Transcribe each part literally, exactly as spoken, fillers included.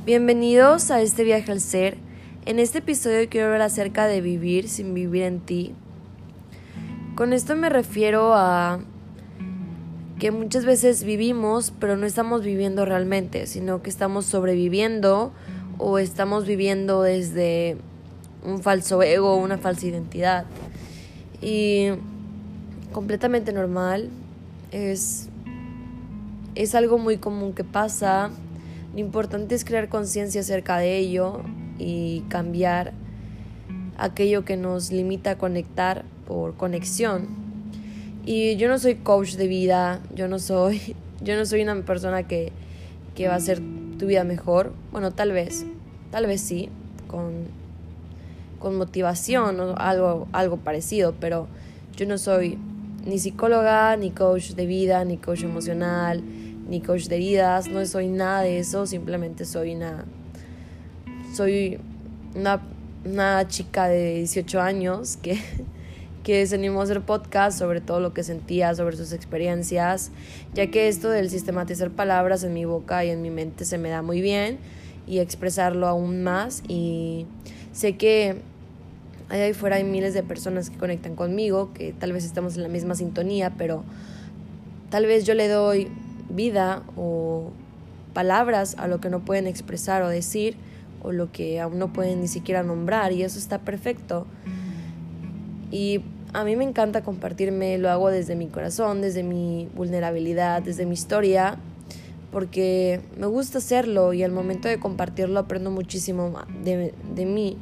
Bienvenidos a este viaje al ser. En este episodio quiero hablar acerca de vivir sin vivir en ti. Con esto me refiero a que muchas veces vivimos, pero no estamos viviendo realmente, sino que estamos sobreviviendo o estamos viviendo desde un falso ego, una falsa identidad. Y completamente normal, es, es algo muy común que pasa. Lo importante es crear conciencia acerca de ello y cambiar aquello que nos limita a conectar por conexión. Y yo no soy coach de vida, yo no soy, yo no soy una persona que, que va a hacer tu vida mejor. Bueno, tal vez, tal vez sí, con, con motivación o algo, algo parecido, pero yo no soy ni psicóloga, ni coach de vida, ni coach emocional, ni coach de heridas, no soy nada de eso, simplemente soy una soy una, una chica de dieciocho años que, que se animó a hacer podcast sobre todo lo que sentía, sobre sus experiencias, ya que esto del sistematizar palabras en mi boca y en mi mente se me da muy bien, y expresarlo aún más, y sé que allá afuera hay miles de personas que conectan conmigo, que tal vez estamos en la misma sintonía, pero tal vez yo le doy vida o palabras a lo que no pueden expresar o decir, o lo que aún no pueden ni siquiera nombrar, y eso está perfecto. Y a mí me encanta compartirme, lo hago desde mi corazón, desde mi vulnerabilidad, desde mi historia, porque me gusta hacerlo, y al momento de compartirlo aprendo muchísimo de, de mí,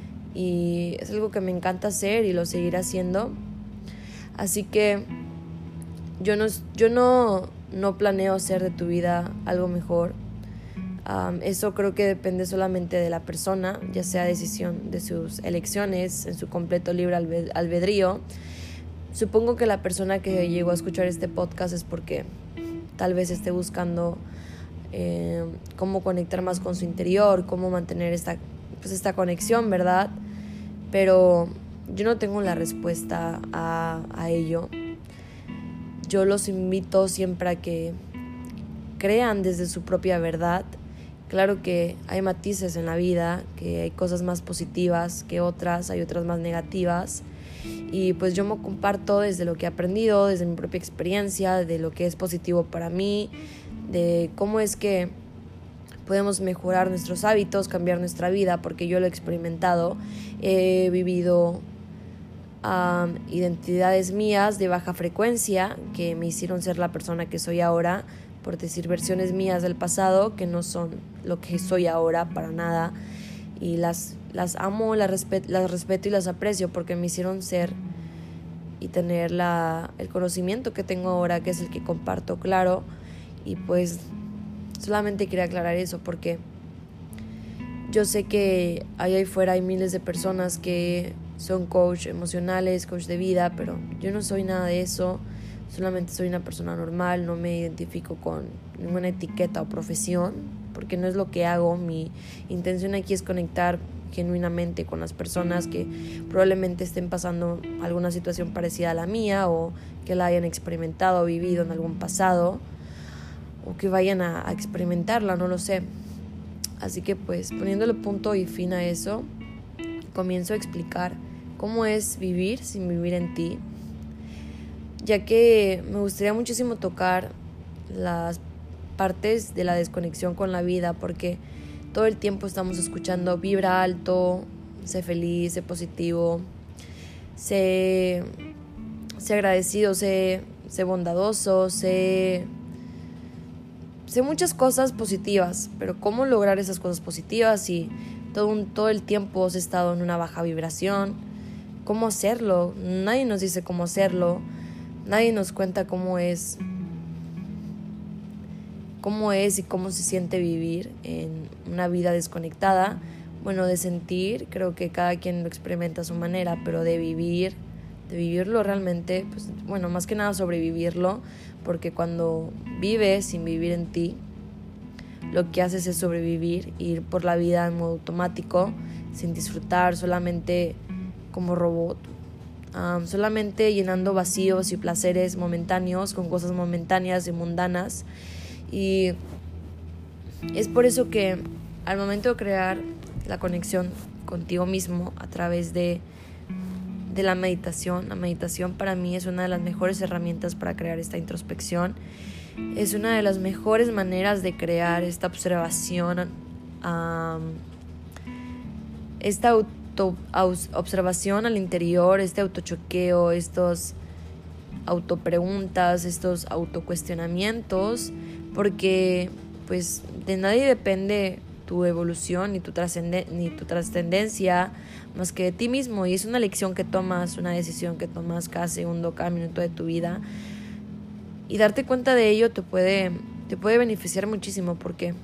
y es algo que me encanta hacer y lo seguiré haciendo. Así que yo no, yo no No planeo hacer de tu vida algo mejor. Um, eso creo que depende solamente de la persona, ya sea decisión de sus elecciones, en su completo libre albedrío. Supongo que la persona que llegó a escuchar este podcast es porque tal vez esté buscando eh, cómo conectar más con su interior, cómo mantener esta, pues esta conexión, ¿verdad? Pero yo no tengo la respuesta a, a ello. Yo los invito siempre a que crean desde su propia verdad. Claro que hay matices en la vida, que hay cosas más positivas que otras, hay otras más negativas. Y pues yo me comparto desde lo que he aprendido, desde mi propia experiencia, de lo que es positivo para mí, de cómo es que podemos mejorar nuestros hábitos, cambiar nuestra vida, porque yo lo he experimentado. He vivido Um, identidades mías de baja frecuencia que me hicieron ser la persona que soy ahora, por decir versiones mías del pasado que no son lo que soy ahora para nada, y las, las amo, las, respet, las respeto y las aprecio porque me hicieron ser y tener la, el conocimiento que tengo ahora, que es el que comparto, claro. Y pues solamente quería aclarar eso, porque yo sé que allá afuera hay miles de personas que son coach emocionales, coach de vida, pero yo no soy nada de eso. Solamente soy una persona normal, no me identifico con ninguna etiqueta o profesión, porque no es lo que hago. Mi intención aquí es conectar genuinamente con las personas que probablemente estén pasando alguna situación parecida a la mía, o que la hayan experimentado o vivido en algún pasado, o que vayan a, a experimentarla, no lo sé. Así que pues poniéndole punto y fin a eso, comienzo a explicar cómo es vivir sin vivir en ti, ya que me gustaría muchísimo tocar las partes de la desconexión con la vida, porque todo el tiempo estamos escuchando vibra alto, sé feliz, sé positivo, sé, sé agradecido, sé, sé bondadoso, sé, sé muchas cosas positivas, pero ¿cómo lograr esas cosas positivas si todo, un, todo el tiempo has estado en una baja vibración? ¿Cómo hacerlo? Nadie nos dice cómo hacerlo. Nadie nos cuenta cómo es, cómo es y cómo se siente vivir en una vida desconectada. Bueno, de sentir, creo que cada quien lo experimenta a su manera, pero de vivir, de vivirlo realmente, pues bueno, más que nada sobrevivirlo, porque cuando vives sin vivir en ti, lo que haces es sobrevivir, ir por la vida en modo automático, sin disfrutar, solamente como robot, um, solamente llenando vacíos y placeres momentáneos con cosas momentáneas y mundanas. Y es por eso que al momento de crear la conexión contigo mismo a través de, de la meditación, la meditación para mí es una de las mejores herramientas para crear esta introspección. Es una de las mejores maneras de crear esta observación, um, esta auto, aus, observación al interior, este autochoqueo, estos autopreguntas, estos autocuestionamientos, porque pues de nadie depende tu evolución ni tu trascenden- ni tu trascendencia más que de ti mismo, y es una elección que tomas, una decisión que tomas cada segundo, cada minuto de tu vida, y darte cuenta de ello te puede, te puede beneficiar muchísimo, porque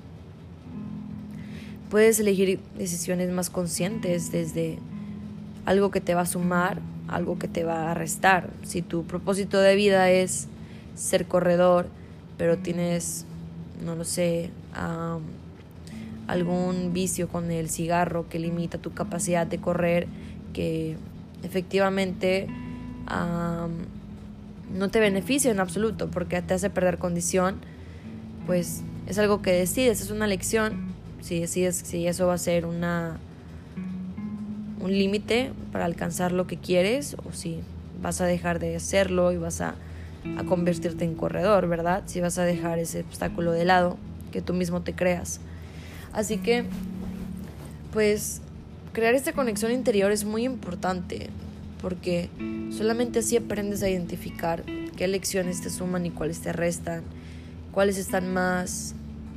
puedes elegir decisiones más conscientes desde algo que te va a sumar, algo que te va a restar. Si tu propósito de vida es ser corredor, pero tienes, no lo sé, um, algún vicio con el cigarro que limita tu capacidad de correr, que efectivamente um, no te beneficia en absoluto porque te hace perder condición, pues es algo que decides, es una elección. Si decides si eso va a ser una un límite para alcanzar lo que quieres, o si vas a dejar de hacerlo y vas a, a convertirte en corredor, ¿verdad? Si vas a dejar ese obstáculo de lado que tú mismo te creas. Así que, pues, crear esta conexión interior es muy importante, porque solamente así aprendes a identificar qué lecciones te suman y cuáles te restan, cuáles están más,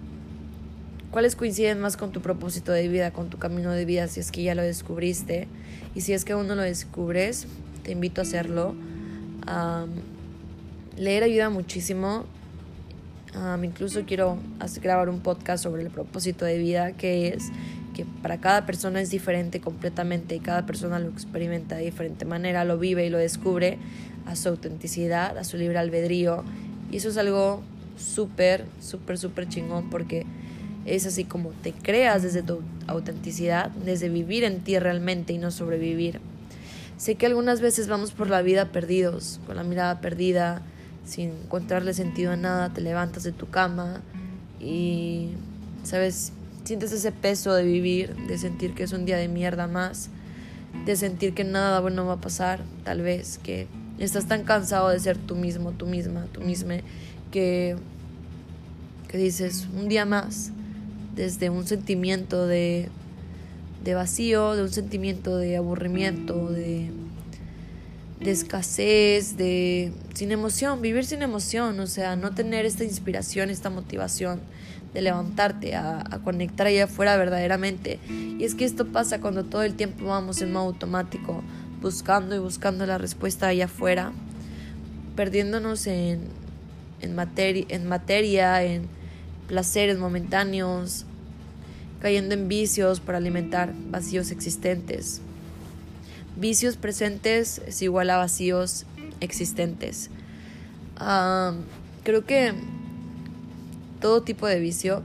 cuáles coinciden más con tu propósito de vida, con tu camino de vida, si es que ya lo descubriste. Y si es que aún no lo descubres, te invito a hacerlo. Um, leer ayuda muchísimo. Um, incluso quiero hacer, grabar un podcast sobre el propósito de vida, que es que para cada persona es diferente completamente y cada persona lo experimenta de diferente manera, lo vive y lo descubre a su autenticidad, a su libre albedrío. Y eso es algo súper, súper, súper chingón, porque es así como te creas desde tu autenticidad, desde vivir en ti realmente y no sobrevivir. Sé que algunas veces vamos por la vida perdidos, con la mirada perdida, sin encontrarle sentido a nada. Te levantas de tu cama y, ¿sabes?, sientes ese peso de vivir, de sentir que es un día de mierda más, de sentir que nada bueno va a pasar, tal vez, que estás tan cansado de ser tú mismo, tú misma, tú misma, que, que dices, un día más, desde un sentimiento de, de vacío, de un sentimiento de aburrimiento, de, de escasez, de sin emoción, vivir sin emoción, o sea, no tener esta inspiración, esta motivación de levantarte a, a conectar allá afuera verdaderamente. Y es que esto pasa cuando todo el tiempo vamos en modo automático, buscando y buscando la respuesta allá afuera, perdiéndonos en, en, materi- en materia, en placeres momentáneos, cayendo en vicios para alimentar vacíos existentes. Vicios presentes es igual a vacíos existentes. Uh, creo que todo tipo de vicio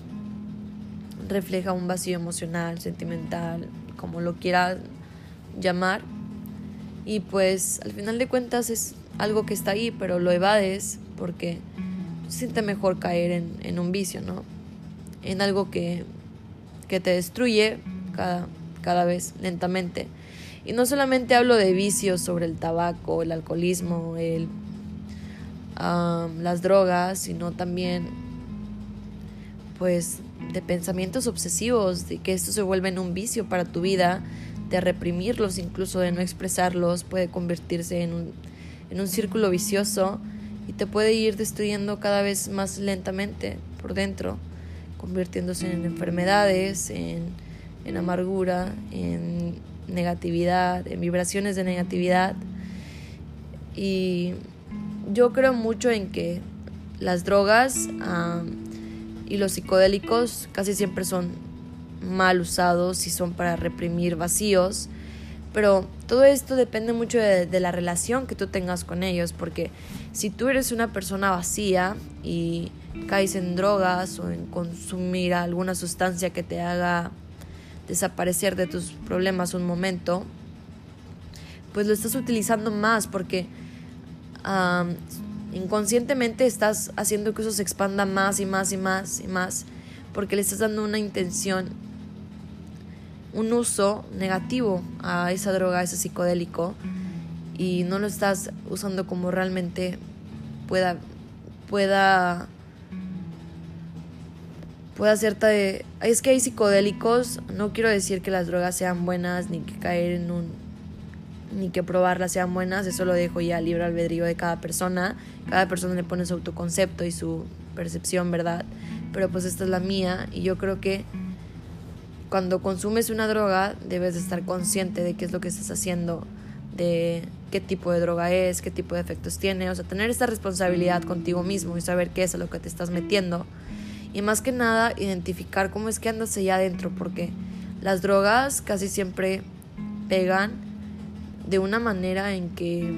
refleja un vacío emocional, sentimental, como lo quieras llamar. Y pues al final de cuentas es algo que está ahí, pero lo evades porque se siente mejor caer en, en un vicio, ¿no? En algo que, que te destruye cada, cada vez lentamente. Y no solamente hablo de vicios sobre el tabaco, el alcoholismo, el, um, las drogas, sino también pues de pensamientos obsesivos, de que esto se vuelve en un vicio para tu vida, de reprimirlos, incluso de no expresarlos, puede convertirse en un, en un círculo vicioso y te puede ir destruyendo cada vez más lentamente por dentro, convirtiéndose en enfermedades, en, en amargura, en negatividad, en vibraciones de negatividad. Y yo creo mucho en que las drogas um, y los psicodélicos casi siempre son mal usados y son para reprimir vacíos, pero todo esto depende mucho de, de la relación que tú tengas con ellos, porque si tú eres una persona vacía y caes en drogas o en consumir alguna sustancia que te haga desaparecer de tus problemas un momento, pues lo estás utilizando más porque um, inconscientemente estás haciendo que eso se expanda más y más y más y más, porque le estás dando una intención, un uso negativo a esa droga, a ese psicodélico, y no lo estás usando como realmente pueda pueda pueda hacerte. Es que hay psicodélicos, no quiero decir que las drogas sean buenas ni que caer en un ni que probarlas sean buenas, eso lo dejo ya libre albedrío de cada persona. Cada persona le pone su autoconcepto y su percepción, ¿verdad? Pero pues esta es la mía, y yo creo que cuando consumes una droga debes de estar consciente de qué es lo que estás haciendo, de qué tipo de droga es, qué tipo de efectos tiene, o sea, tener esta responsabilidad contigo mismo y saber qué es a lo que te estás metiendo. Y más que nada, identificar cómo es que andas allá adentro, porque las drogas casi siempre pegan de una manera en que,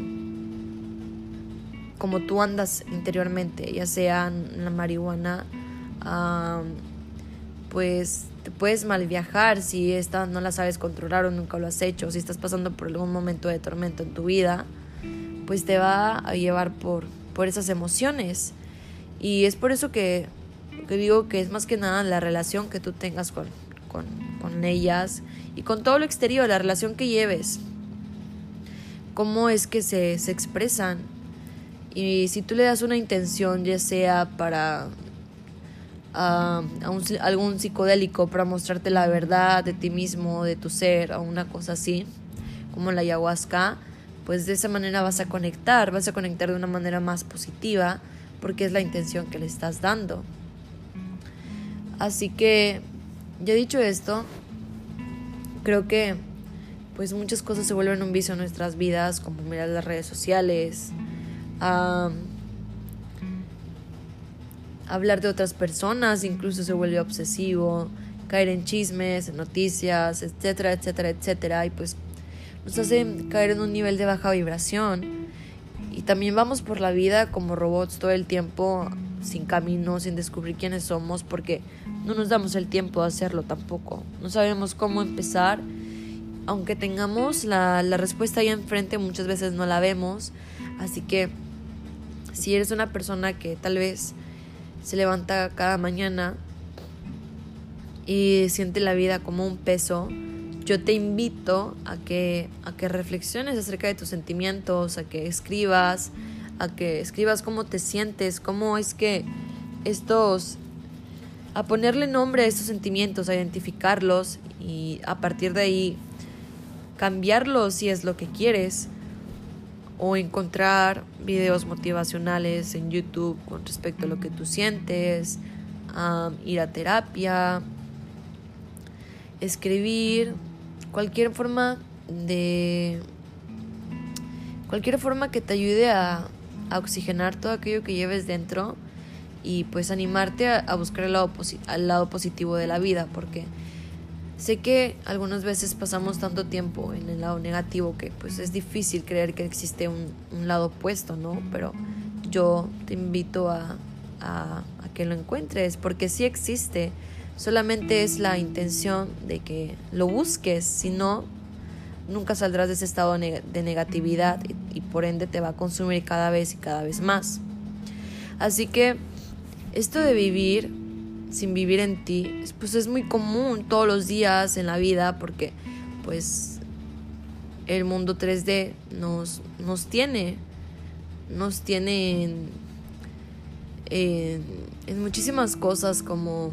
como tú andas interiormente, ya sea la marihuana, um, pues te puedes mal viajar si esta no la sabes controlar o nunca lo has hecho. Si estás pasando por algún momento de tormento en tu vida, pues te va a llevar por, por esas emociones. Y es por eso que que digo que es más que nada la relación que tú tengas con, con, con ellas y con todo lo exterior, la relación que lleves, cómo es que se, se expresan. Y si tú le das una intención, ya sea para uh, a un, algún psicodélico, para mostrarte la verdad de ti mismo, de tu ser, o una cosa así, como la ayahuasca, pues de esa manera vas a conectar, vas a conectar de una manera más positiva, porque es la intención que le estás dando. Así que, ya dicho esto, creo que pues muchas cosas se vuelven un vicio en nuestras vidas, como mirar las redes sociales, um, hablar de otras personas, incluso se vuelve obsesivo, caer en chismes, en noticias, etcétera, etcétera, etcétera, y pues nos hace caer en un nivel de baja vibración. Y también vamos por la vida como robots todo el tiempo, sin camino, sin descubrir quiénes somos, porque no nos damos el tiempo de hacerlo tampoco. No sabemos cómo empezar. Aunque tengamos la, la respuesta ahí enfrente, muchas veces no la vemos. Así que si eres una persona que tal vez se levanta cada mañana y siente la vida como un peso, yo te invito a que, a que reflexiones acerca de tus sentimientos, a que escribas, a que escribas cómo te sientes, cómo es que estos, a ponerle nombre a estos sentimientos, a identificarlos y a partir de ahí cambiarlos si es lo que quieres, o encontrar videos motivacionales en YouTube con respecto a lo que tú sientes, um, ir a terapia, escribir, cualquier forma de cualquier forma que te ayude a, a oxigenar todo aquello que lleves dentro y pues animarte a, a buscar el lado, posi- el lado positivo de la vida, porque sé que algunas veces pasamos tanto tiempo en el lado negativo que pues es difícil creer que existe un, un lado opuesto, ¿no? Pero yo te invito a, a, a que lo encuentres, porque sí existe. Solamente es la intención de que lo busques, si no, nunca saldrás de ese estado de negatividad y, y por ende te va a consumir cada vez y cada vez más. Así que esto de vivir sin vivir en ti, pues es muy común todos los días en la vida, porque pues el mundo tres D nos, nos tiene, nos tiene en, en, en muchísimas cosas, como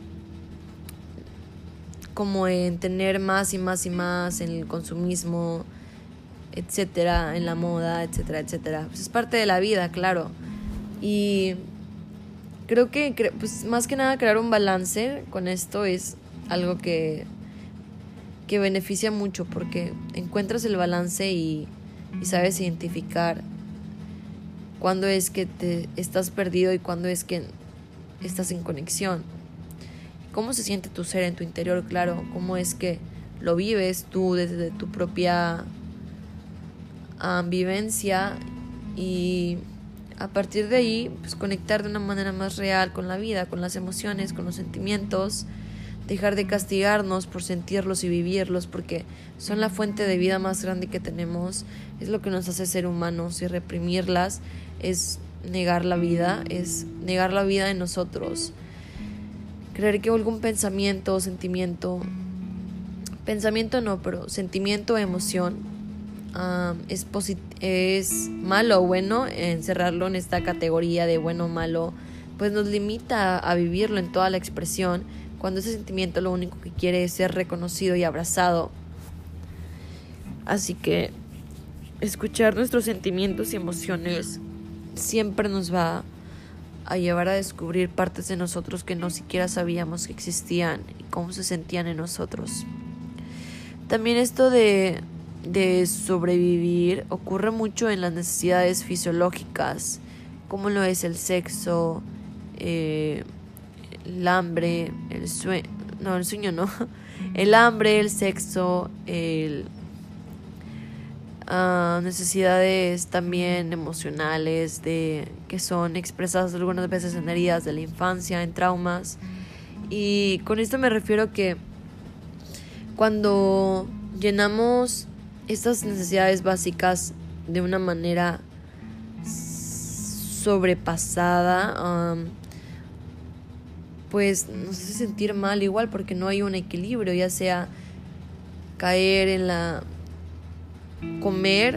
como en tener más y más y más, en el consumismo, etcétera, en la moda, etcétera, etcétera. Pues es parte de la vida, claro. Y creo que pues más que nada crear un balance con esto es algo que, que beneficia mucho, porque encuentras el balance y, y sabes identificar cuándo es que te estás perdido y cuándo es que estás en conexión. Cómo se siente tu ser en tu interior, claro, cómo es que lo vives tú desde tu propia um, vivencia, y a partir de ahí pues conectar de una manera más real con la vida, con las emociones, con los sentimientos, dejar de castigarnos por sentirlos y vivirlos, porque son la fuente de vida más grande que tenemos, es lo que nos hace ser humanos, y reprimirlas es negar la vida, es negar la vida en nosotros. Creer que algún pensamiento o sentimiento, pensamiento no, pero sentimiento o emoción um, es, posit- es malo o bueno, encerrarlo en esta categoría de bueno o malo, pues nos limita a vivirlo en toda la expresión, cuando ese sentimiento lo único que quiere es ser reconocido y abrazado. Así que escuchar nuestros sentimientos y emociones siempre nos va a llevar a descubrir partes de nosotros que no siquiera sabíamos que existían y cómo se sentían en nosotros. También esto de, de sobrevivir ocurre mucho en las necesidades fisiológicas, como lo es el sexo, eh, el hambre, el sueño, no, el sueño no, el hambre, el sexo, el Uh, necesidades también emocionales de que son expresadas algunas veces en heridas de la infancia, en traumas. Y con esto me refiero que cuando llenamos estas necesidades básicas de una manera sobrepasada, um, pues nos hace sentir mal igual, porque no hay un equilibrio, ya sea caer en la comer,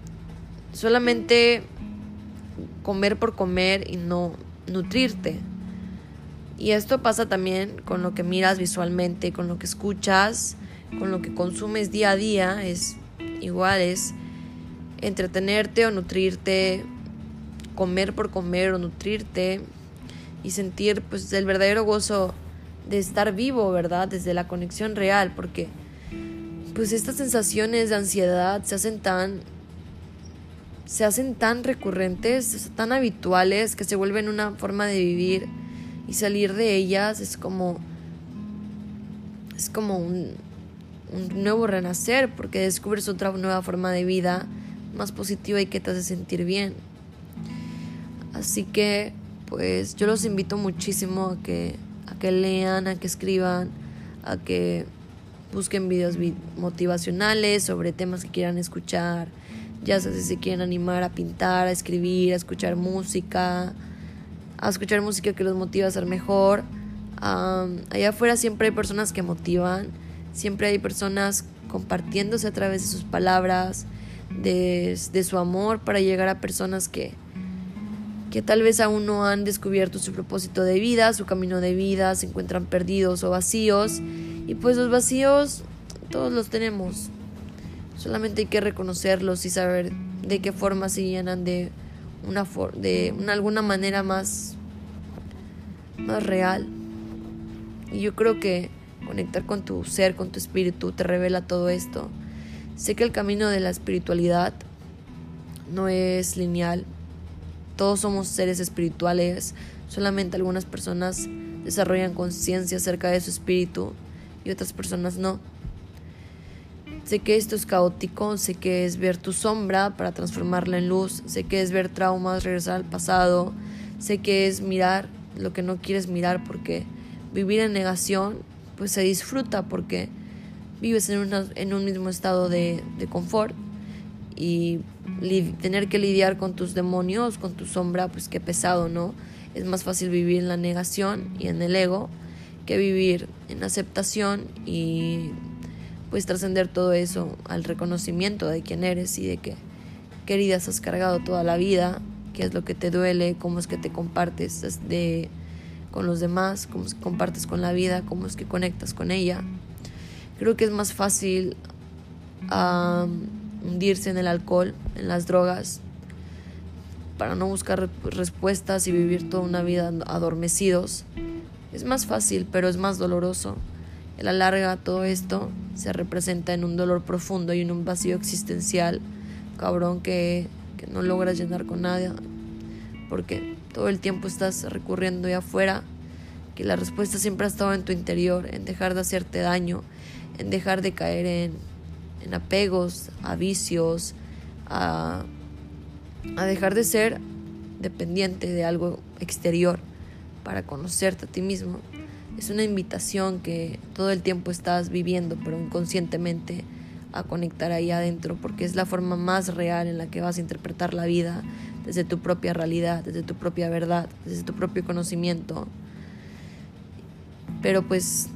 solamente comer por comer y no nutrirte. Y esto pasa también con lo que miras visualmente, con lo que escuchas, con lo que consumes día a día. Es igual, es entretenerte o nutrirte, comer por comer o nutrirte y sentir pues el verdadero gozo de estar vivo, ¿verdad? Desde la conexión real, porque pues estas sensaciones de ansiedad se hacen tan se hacen tan recurrentes, tan habituales, que se vuelven una forma de vivir, y salir de ellas es como es como un, un nuevo renacer, porque descubres otra nueva forma de vida más positiva y que te hace sentir bien. Así que pues yo los invito muchísimo a que a que lean, a que escriban, a que busquen videos motivacionales sobre temas que quieran escuchar, ya sea si se quieren animar a pintar, a escribir, a escuchar música, a escuchar música que los motiva a ser mejor. Um, allá afuera siempre hay personas que motivan, siempre hay personas compartiéndose a través de sus palabras, de, de su amor, para llegar a personas que, que tal vez aún no han descubierto su propósito de vida, su camino de vida, se encuentran perdidos o vacíos. Y pues los vacíos todos los tenemos, solamente hay que reconocerlos y saber de qué forma se llenan de una for- de una, alguna manera más, más real. Y yo creo que conectar con tu ser, con tu espíritu, te revela todo esto. Sé que el camino de la espiritualidad no es lineal, todos somos seres espirituales, solamente algunas personas desarrollan conciencia acerca de su espíritu y otras personas no. Sé que esto es caótico, sé que es ver tu sombra para transformarla en luz, sé que es ver traumas, regresar al pasado, sé que es mirar lo que no quieres mirar, porque vivir en negación pues se disfruta, porque vives en, una, en un mismo estado de, de confort, y li- tener que lidiar con tus demonios, con tu sombra, pues qué pesado, ¿no? Es más fácil vivir en la negación y en el ego que vivir en aceptación y pues trascender todo eso al reconocimiento de quién eres y de qué, qué heridas has cargado toda la vida, qué es lo que te duele, cómo es que te compartes de, con los demás, cómo es que compartes con la vida, cómo es que conectas con ella. Creo que es más fácil um, hundirse en el alcohol, en las drogas, para no buscar respuestas y vivir toda una vida adormecidos. Es más fácil, pero es más doloroso. A la larga, todo esto se representa en un dolor profundo y en un vacío existencial, cabrón, que, que no logras llenar con nada, porque todo el tiempo estás recurriendo ahí afuera, que la respuesta siempre ha estado en tu interior, en dejar de hacerte daño, en dejar de caer en, en apegos, a vicios, a, a dejar de ser dependiente de algo exterior para conocerte a ti mismo. Es una invitación que todo el tiempo estás viviendo, pero inconscientemente, a conectar ahí adentro, porque es la forma más real en la que vas a interpretar la vida, desde tu propia realidad, desde tu propia verdad, desde tu propio conocimiento. Pero pues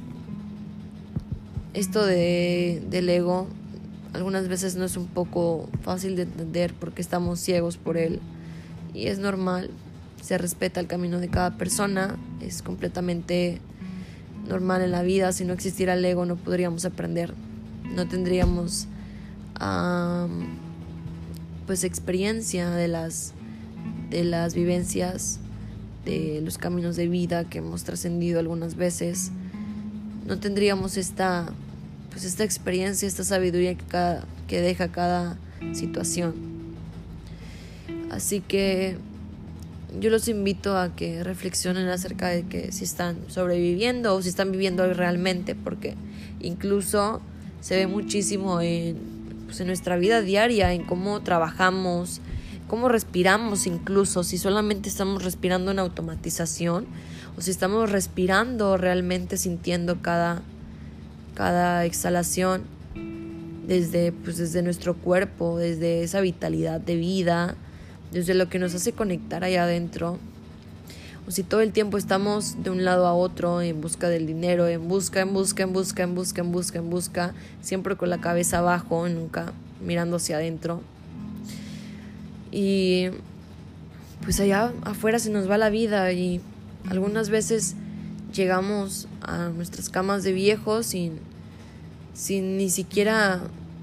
esto de, del ego algunas veces no es un poco fácil de entender porque estamos ciegos por él. Y es normal, se respeta el camino de cada persona, es completamente normal en la vida. Si no existiera el ego no podríamos aprender, no tendríamos um, pues experiencia de las, de las vivencias, de los caminos de vida que hemos trascendido algunas veces. No tendríamos esta, pues esta experiencia, esta sabiduría que, cada, que deja cada situación. Así que yo los invito a que reflexionen acerca de que si están sobreviviendo o si están viviendo hoy realmente, porque incluso se ve muchísimo en, pues en nuestra vida diaria, en cómo trabajamos, cómo respiramos, incluso si solamente estamos respirando en automatización o si estamos respirando realmente, sintiendo cada, cada exhalación desde, pues desde nuestro cuerpo, desde esa vitalidad de vida, desde lo que nos hace conectar allá adentro, o si todo el tiempo estamos de un lado a otro en busca del dinero, en busca, en busca, en busca, en busca, en busca, en busca, siempre con la cabeza abajo, nunca mirando hacia adentro. Y pues allá afuera se nos va la vida y algunas veces llegamos a nuestras camas de viejos sin, sin ni siquiera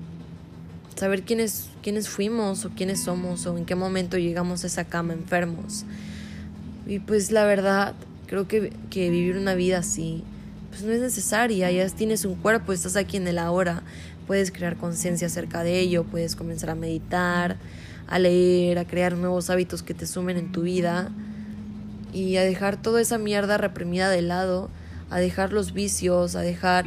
saber quiénes, quiénes fuimos o quiénes somos o en qué momento llegamos a esa cama enfermos. Y pues la verdad, creo que, que vivir una vida así pues no es necesaria. Ya tienes un cuerpo, estás aquí en el ahora, puedes crear conciencia acerca de ello, puedes comenzar a meditar, a leer, a crear nuevos hábitos que te sumen en tu vida y a dejar toda esa mierda reprimida de lado, a dejar los vicios, a dejar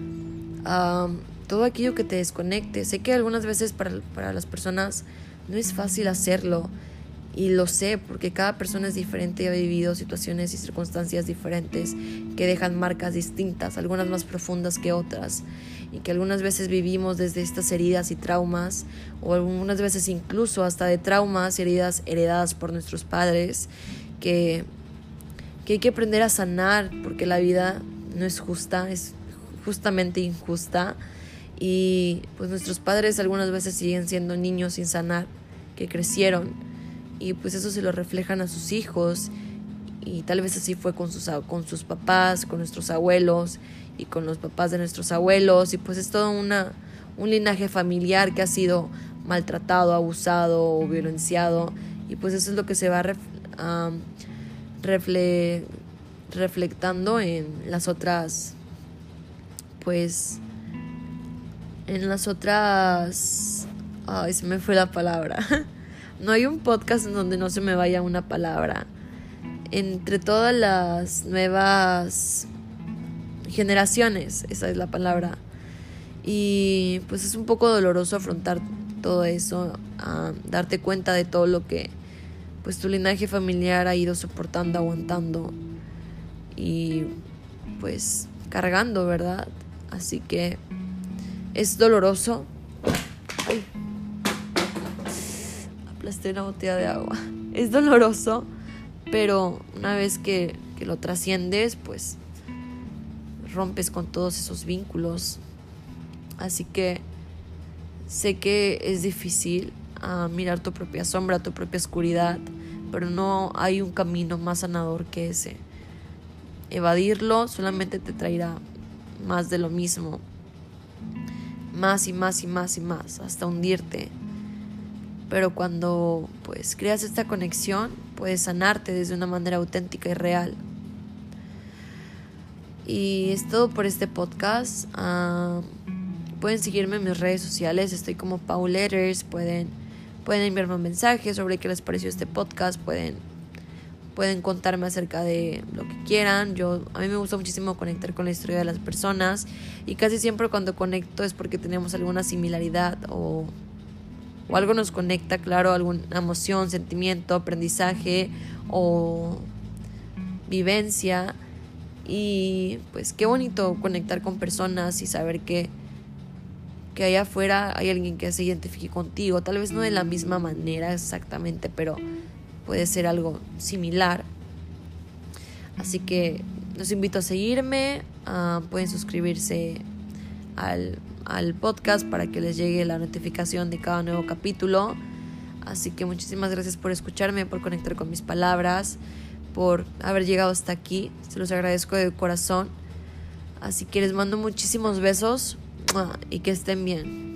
um, todo aquello que te desconecte. Sé que algunas veces para, para las personas no es fácil hacerlo y lo sé porque cada persona es diferente y ha vivido situaciones y circunstancias diferentes que dejan marcas distintas, algunas más profundas que otras, y que algunas veces vivimos desde estas heridas y traumas, o algunas veces incluso hasta de traumas y heridas heredadas por nuestros padres, que, que hay que aprender a sanar porque la vida no es justa, es justamente injusta, y pues nuestros padres algunas veces siguen siendo niños sin sanar, que crecieron, y pues eso se lo reflejan a sus hijos, y tal vez así fue con sus, con sus papás, con nuestros abuelos y con los papás de nuestros abuelos, y pues es todo una, un linaje familiar que ha sido maltratado, abusado o violenciado, y pues eso es lo que se va ref, um, refle, reflectando en las otras, pues en las otras, ay, se me fue la palabra. No hay un podcast en donde no se me vaya una palabra. Entre todas las nuevas generaciones, esa es la palabra. Y pues es un poco doloroso afrontar todo eso, a darte cuenta de todo lo que pues tu linaje familiar ha ido soportando, aguantando y pues cargando, ¿verdad? Así que es doloroso. Ay, aplasté una botella de agua. Es doloroso, pero una vez que, que lo trasciendes, pues rompes con todos esos vínculos. Así que sé que es difícil uh, mirar tu propia sombra, tu propia oscuridad, pero no hay un camino más sanador que ese. Evadirlo solamente te traerá más de lo mismo, más y más y más y más, hasta hundirte. Pero cuando pues creas esta conexión, puedes sanarte desde una manera auténtica y real. Y es todo por este podcast. Uh, pueden seguirme en mis redes sociales, estoy como Pau Letters. Pueden, pueden enviarme un mensaje sobre qué les pareció este podcast. Pueden, pueden contarme acerca de lo que quieran. Yo, a mí me gusta muchísimo conectar con la historia de las personas, y casi siempre cuando conecto es porque tenemos alguna similaridad o, o algo nos conecta, claro, alguna emoción, sentimiento, aprendizaje o vivencia. Y pues qué bonito conectar con personas y saber que, que allá afuera hay alguien que se identifique contigo, tal vez no de la misma manera exactamente, pero puede ser algo similar. Así que los invito a seguirme, uh, pueden suscribirse al, al podcast para que les llegue la notificación de cada nuevo capítulo. Así que muchísimas gracias por escucharme, por conectar con mis palabras, por haber llegado hasta aquí. Se los agradezco de corazón. Así que les mando muchísimos besos y que estén bien.